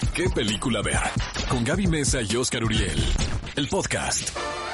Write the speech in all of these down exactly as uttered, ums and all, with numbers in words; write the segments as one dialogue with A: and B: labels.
A: ¿Qué película ver? Con Gaby Mesa y Oscar Uriel. El podcast.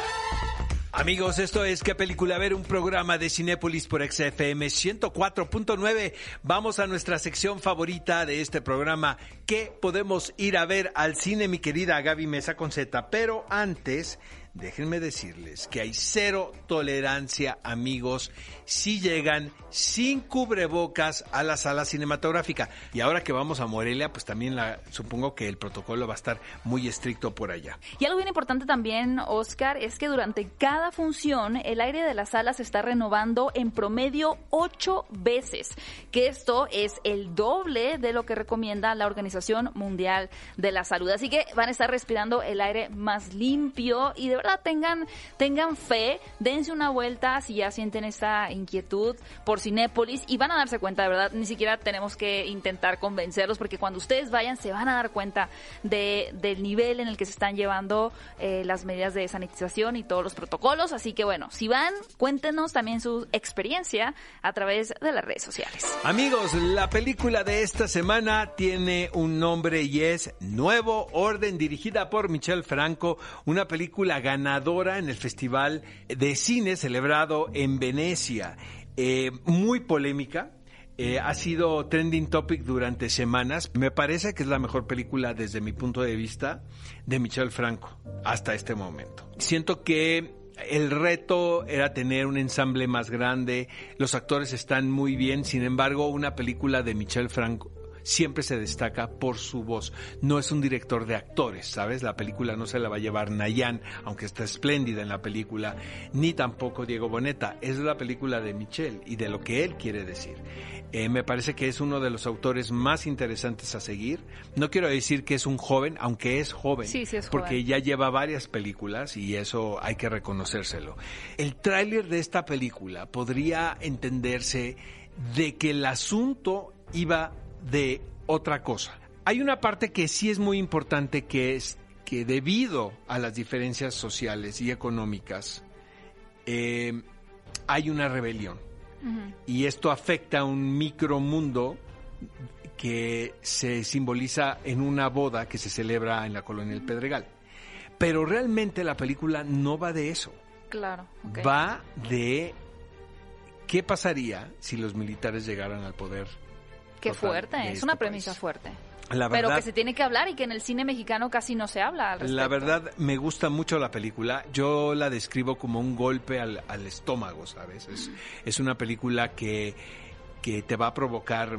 B: Amigos, esto es ¿Qué película ver? Un programa de Cinépolis por X F M ciento cuatro punto nueve. Vamos a nuestra sección favorita de este programa. ¿Qué podemos ir a ver al cine, mi querida Gaby Mesa con Z? Pero antes, déjenme decirles que hay cero tolerancia, amigos, si llegan sin cubrebocas a la sala cinematográfica. Y ahora que vamos a Morelia, pues también la, supongo que el protocolo va a estar muy estricto por allá.
C: Y algo bien importante también, Oscar, es que durante cada función el aire de la sala se está renovando en promedio ocho veces, que esto es el doble de lo que recomienda la Organización Mundial de la Salud. Así que van a estar respirando el aire más limpio y de verdad tengan, tengan fe, dense una vuelta si ya sienten esta inquietud por Cinépolis y van a darse cuenta, de verdad, ni siquiera tenemos que intentar convencerlos porque cuando ustedes vayan se van a dar cuenta de, del nivel en el que se están llevando eh, las medidas de sanitización y todos los protocolos. Así que bueno, si van, cuéntenos también su experiencia a través de las redes sociales.
B: Amigos, la película de esta semana tiene un nombre y es Nuevo Orden, dirigida por Michel Franco, una película ganadora en el Festival de Cine celebrado en Venecia. Eh, muy polémica. Eh, ha sido trending topic durante semanas. Me parece que es la mejor película desde mi punto de vista de Michel Franco hasta este momento. Siento que el reto era tener un ensamble más grande, los actores están muy bien, sin embargo, una película de Michel Franco siempre se destaca por su voz. No es un director de actores, ¿sabes? La película no se la va a llevar Nayan, aunque está espléndida en la película, ni tampoco Diego Boneta. Es la película de Michel y de lo que él quiere decir. Eh, me parece que es uno de los autores más interesantes a seguir. No quiero decir que es un joven, aunque es joven,
C: sí, sí es
B: porque
C: joven.
B: ya lleva varias películas y eso hay que reconocérselo. El tráiler de esta película podría entenderse de que el asunto iba de otra cosa. Hay una parte que sí es muy importante, que es que debido a las diferencias sociales y económicas eh, hay una rebelión. Uh-huh. Y esto afecta a un micromundo que se simboliza en una boda que se celebra en la colonia El Pedregal. Pero realmente la película no va de eso.
C: Claro. Okay.
B: Va de qué pasaría si los militares llegaran al poder.
C: Qué fuerte, es este una premisa país. fuerte.
B: La verdad,
C: pero que se tiene que hablar y que en el cine mexicano casi no se habla al respecto.
B: La verdad, me gusta mucho la película. Yo la describo como un golpe al, al estómago, ¿sabes? Es, es una película que, que te va a provocar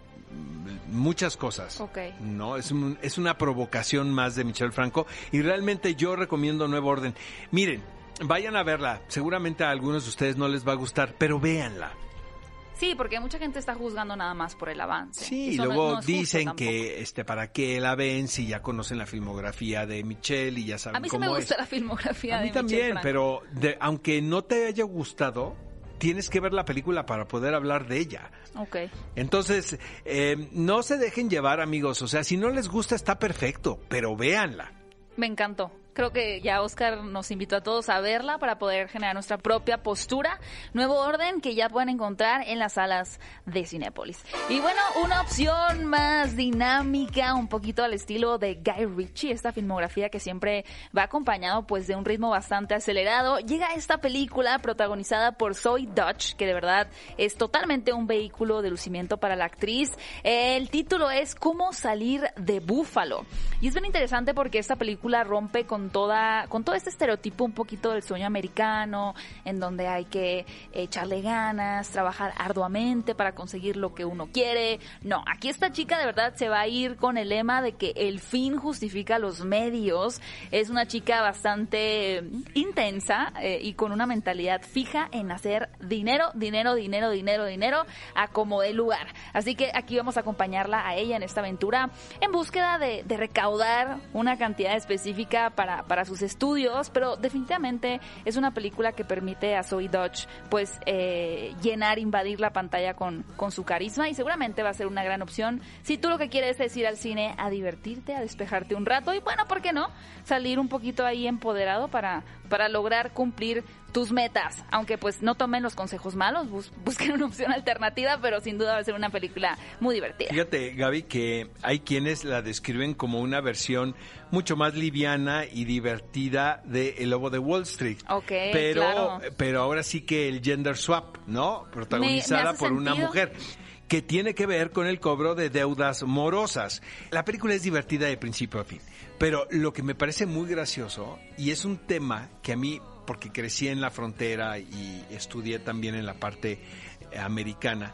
B: muchas cosas.
C: Okay.
B: ¿No? Es, un, es una provocación más de Michel Franco y realmente yo recomiendo Nuevo Orden. Miren, vayan a verla. Seguramente a algunos de ustedes no les va a gustar, pero véanla.
C: Sí, porque mucha gente está juzgando nada más por el avance.
B: Sí, y luego no, no dicen que este para qué la ven si ya conocen la filmografía de Michel y ya saben cómo es.
C: A mí sí me gusta es. la filmografía
B: a
C: de
B: mí también,
C: Michel Franco.
B: Pero de, aunque no te haya gustado, tienes que ver la película para poder hablar de ella.
C: Okay.
B: Entonces, eh, no se dejen llevar, amigos. O sea, si no les gusta está perfecto, pero véanla.
C: Me encantó. Creo que ya Oscar nos invitó a todos a verla para poder generar nuestra propia postura. Nuevo Orden que ya pueden encontrar en las salas de Cinépolis. Y bueno, una opción más dinámica, un poquito al estilo de Guy Ritchie, esta filmografía que siempre va acompañado pues de un ritmo bastante acelerado. Llega esta película protagonizada por Zoe Dutch, que de verdad es totalmente un vehículo de lucimiento para la actriz. El título es Cómo salir de Búfalo. Y es bien interesante porque esta película rompe con toda con todo este estereotipo un poquito del sueño americano, en donde hay que echarle ganas, trabajar arduamente para conseguir lo que uno quiere. No, aquí esta chica de verdad se va a ir con el lema de que el fin justifica los medios. Es una chica bastante intensa eh, y con una mentalidad fija en hacer dinero, dinero, dinero, dinero, dinero a como dé lugar. Así que aquí vamos a acompañarla a ella en esta aventura en búsqueda de, de recaudar una cantidad específica para para sus estudios, pero definitivamente es una película que permite a Zoe Dutch pues eh, llenar, invadir la pantalla con, con su carisma y seguramente va a ser una gran opción si tú lo que quieres es ir al cine a divertirte, a despejarte un rato y bueno, ¿por qué no? Salir un poquito ahí empoderado para, para lograr cumplir tus metas, aunque pues no tomen los consejos malos, bus- busquen una opción alternativa, pero sin duda va a ser una película muy divertida.
B: Fíjate, Gaby, que hay quienes la describen como una versión mucho más liviana y divertida de El Lobo de Wall Street.
C: Ok,
B: pero,
C: claro.
B: pero ahora sí que el gender swap, ¿no? Protagonizada
C: Me- me hace
B: por una
C: sentido.
B: mujer, que tiene que ver con el cobro de deudas morosas. La película es divertida de principio a fin, pero lo que me parece muy gracioso, y es un tema que a mí, porque crecí en la frontera y estudié también en la parte eh, americana,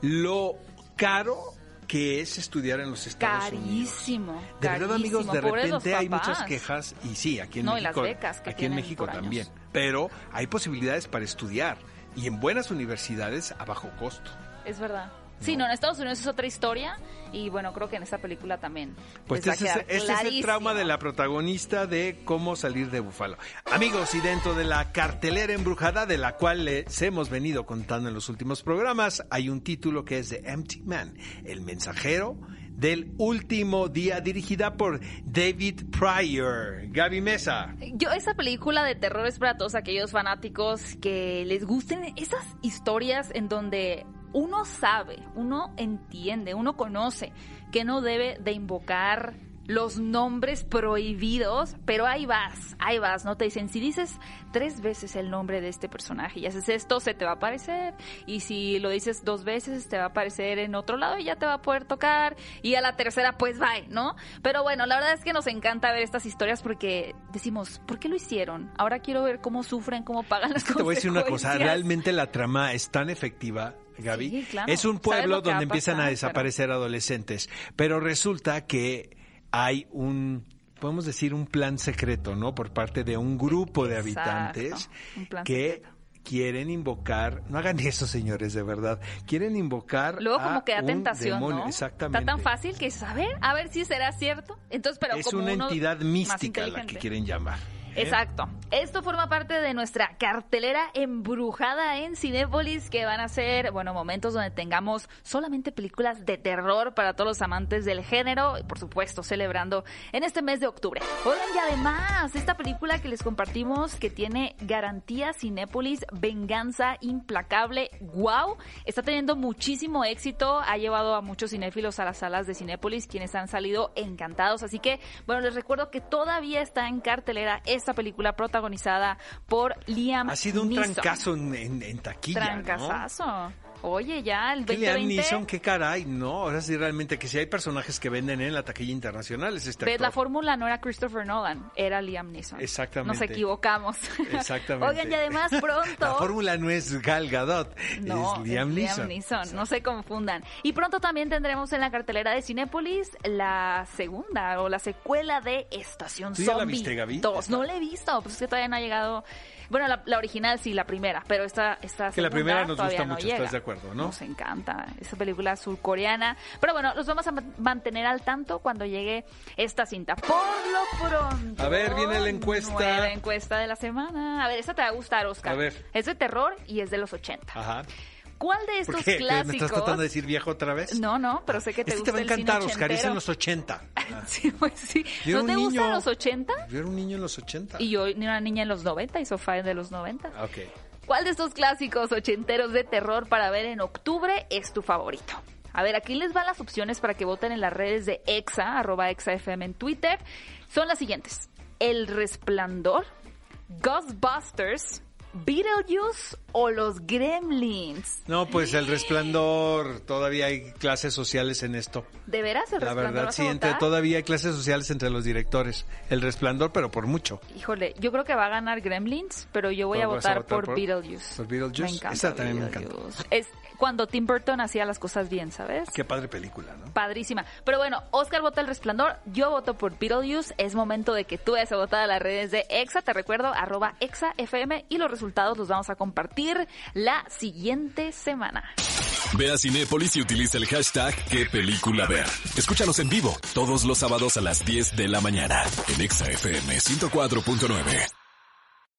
B: lo caro que es estudiar en los Estados Unidos.
C: Carísimo.
B: De verdad, amigos, de
C: Pobres los
B: repente hay
C: papás.
B: muchas quejas, y sí, aquí en
C: No, y
B: México,
C: las becas que
B: aquí en
C: tienen
B: México
C: por años.
B: también, pero hay posibilidades para estudiar y en buenas universidades a bajo costo.
C: Es verdad. Sí, no, en Estados Unidos es otra historia y bueno, creo que en esta película también.
B: Pues
C: les va a
B: ese, es,
C: quedar
B: ese es el
C: clarísimo.
B: trauma de la protagonista de Cómo salir de Búfalo. Amigos, y dentro de la cartelera embrujada de la cual les hemos venido contando en los últimos programas, hay un título que es The Empty Man, El mensajero del último día, dirigida por David Pryor. Gaby Mesa.
C: Yo, esa película de terror es para todos aquellos fanáticos que les gusten esas historias en donde uno sabe, uno entiende, uno conoce que no debe de invocar los nombres prohibidos, pero ahí vas, ahí vas, ¿no? Te dicen, si dices tres veces el nombre de este personaje y haces esto, se te va a aparecer, y si lo dices dos veces, te va a aparecer en otro lado y ya te va a poder tocar, y a la tercera, pues bye, ¿no? Pero bueno, la verdad es que nos encanta ver estas historias porque decimos, ¿por qué lo hicieron? Ahora quiero ver cómo sufren, cómo pagan las
B: Es que te voy a decir una cosa,
C: consecuencias.
B: realmente la trama es tan efectiva, Gaby.
C: Sí, claro.
B: Es un
C: Sabes
B: pueblo
C: lo que va
B: donde
C: a
B: empiezan
C: pasar,
B: a desaparecer adolescentes, pero resulta que hay un, podemos decir, un plan secreto, ¿no? Por parte de un grupo de
C: Exacto,
B: habitantes
C: un plan
B: que
C: secreto.
B: quieren invocar, no hagan eso, señores, de verdad, quieren invocar
C: Luego como
B: a
C: que da
B: un
C: tentación,
B: demonio.
C: ¿no?
B: Exactamente.
C: Está tan fácil que dices, a ver, a ver si será cierto. Entonces, pero
B: Es
C: como
B: una
C: uno
B: entidad
C: más
B: mística la
C: inteligente.
B: que quieren llamar. ¿eh?
C: Exacto. Esto forma parte de nuestra cartelera embrujada en Cinépolis, que van a ser, bueno, momentos donde tengamos solamente películas de terror para todos los amantes del género y, por supuesto, celebrando en este mes de octubre. Oigan, y además, esta película que les compartimos que tiene garantía Cinépolis, Venganza Implacable, wow, está teniendo muchísimo éxito, ha llevado a muchos cinéfilos a las salas de Cinépolis, quienes han salido encantados. Así que, bueno, les recuerdo que todavía está en cartelera esta película protagonizada por Liam Neeson.
B: Ha sido un trancazo en, en, en taquilla,
C: Trancazazo. ¿no? Oye, ya el
B: ¿Qué
C: veinte veinte...
B: Liam Neeson? ¿Qué caray? No, ahora sí realmente que si hay personajes que venden en la taquilla internacional es este
C: ¿Ves?
B: actor.
C: La fórmula no era Christopher Nolan, era Liam Neeson.
B: Exactamente.
C: Nos equivocamos.
B: Exactamente.
C: Oigan, y además pronto...
B: La fórmula no es Gal Gadot,
C: No,
B: es Liam Neeson.
C: Neeson, no se confundan. Y pronto también tendremos en la cartelera de Cinépolis la segunda o la secuela de Estación
B: ¿Tú ya la
C: Zombie
B: viste, Gaby?
C: dos. No la he visto, pues es que todavía no ha llegado... Bueno, la, la original sí, la primera, pero esta, esta
B: Que la
C: segunda
B: primera nos
C: todavía
B: gusta
C: no
B: mucho,
C: llega.
B: ¿estás de acuerdo, no?
C: Nos encanta esa película surcoreana. Pero bueno, los vamos a ma- mantener al tanto cuando llegue esta cinta. Por lo pronto...
B: A ver, viene la encuesta.
C: Nueva encuesta de la semana. A ver, esta te va a gustar, Oscar.
B: A ver.
C: Es de terror y es de los ochenta.
B: Ajá.
C: ¿Cuál de
B: ¿Por
C: estos
B: qué? ¿Que
C: clásicos?
B: ¿Me estás tratando de decir viejo otra vez?
C: No, no, pero sé que te
B: Este
C: gusta
B: te va a
C: el cine
B: encantar, Oscar, es en
C: ochentero.
B: los ochenta. Ah.
C: Sí, pues sí.
B: Yo era
C: ¿No
B: un
C: te
B: niño.
C: gustan los ochenta?
B: Yo era un niño en los ochenta.
C: Y yo ni una niña en los noventa y Sofía de los noventa.
B: Ok.
C: ¿Cuál de estos clásicos ochenteros de terror para ver en octubre es tu favorito? A ver, aquí les van las opciones para que voten en las redes de Exa, arroba ExaFM en Twitter. Son las siguientes. El Resplandor, Ghostbusters, Beetlejuice o los Gremlins.
B: No, pues El Resplandor, todavía hay clases sociales en esto.
C: ¿De veras El
B: La
C: Resplandor
B: verdad,
C: vas
B: sí,
C: a
B: entre,
C: votar?
B: todavía hay clases sociales entre los directores. El Resplandor, pero por mucho.
C: Híjole, yo creo que va a ganar Gremlins, pero yo voy a
B: ¿Vas a
C: votar,
B: votar
C: por,
B: por-
C: Beetlejuice.
B: por Beetlejuice?
C: Me encanta
B: Esa también me
C: Beetlejuice. Es cuando Tim Burton hacía las cosas bien, ¿sabes?
B: Qué padre película, ¿no?
C: Padrísima. Pero bueno, Oscar vota El Resplandor, yo voto por Beetlejuice. Es momento de que tú vayas a votar a las redes de Exa. Te recuerdo, arroba ExaFM, y los resultados los vamos a compartir la siguiente semana.
A: Ve a Cinépolis y utiliza el hashtag qué película ver. Escúchanos en vivo todos los sábados a las diez de la mañana en Exa F M ciento cuatro punto nueve.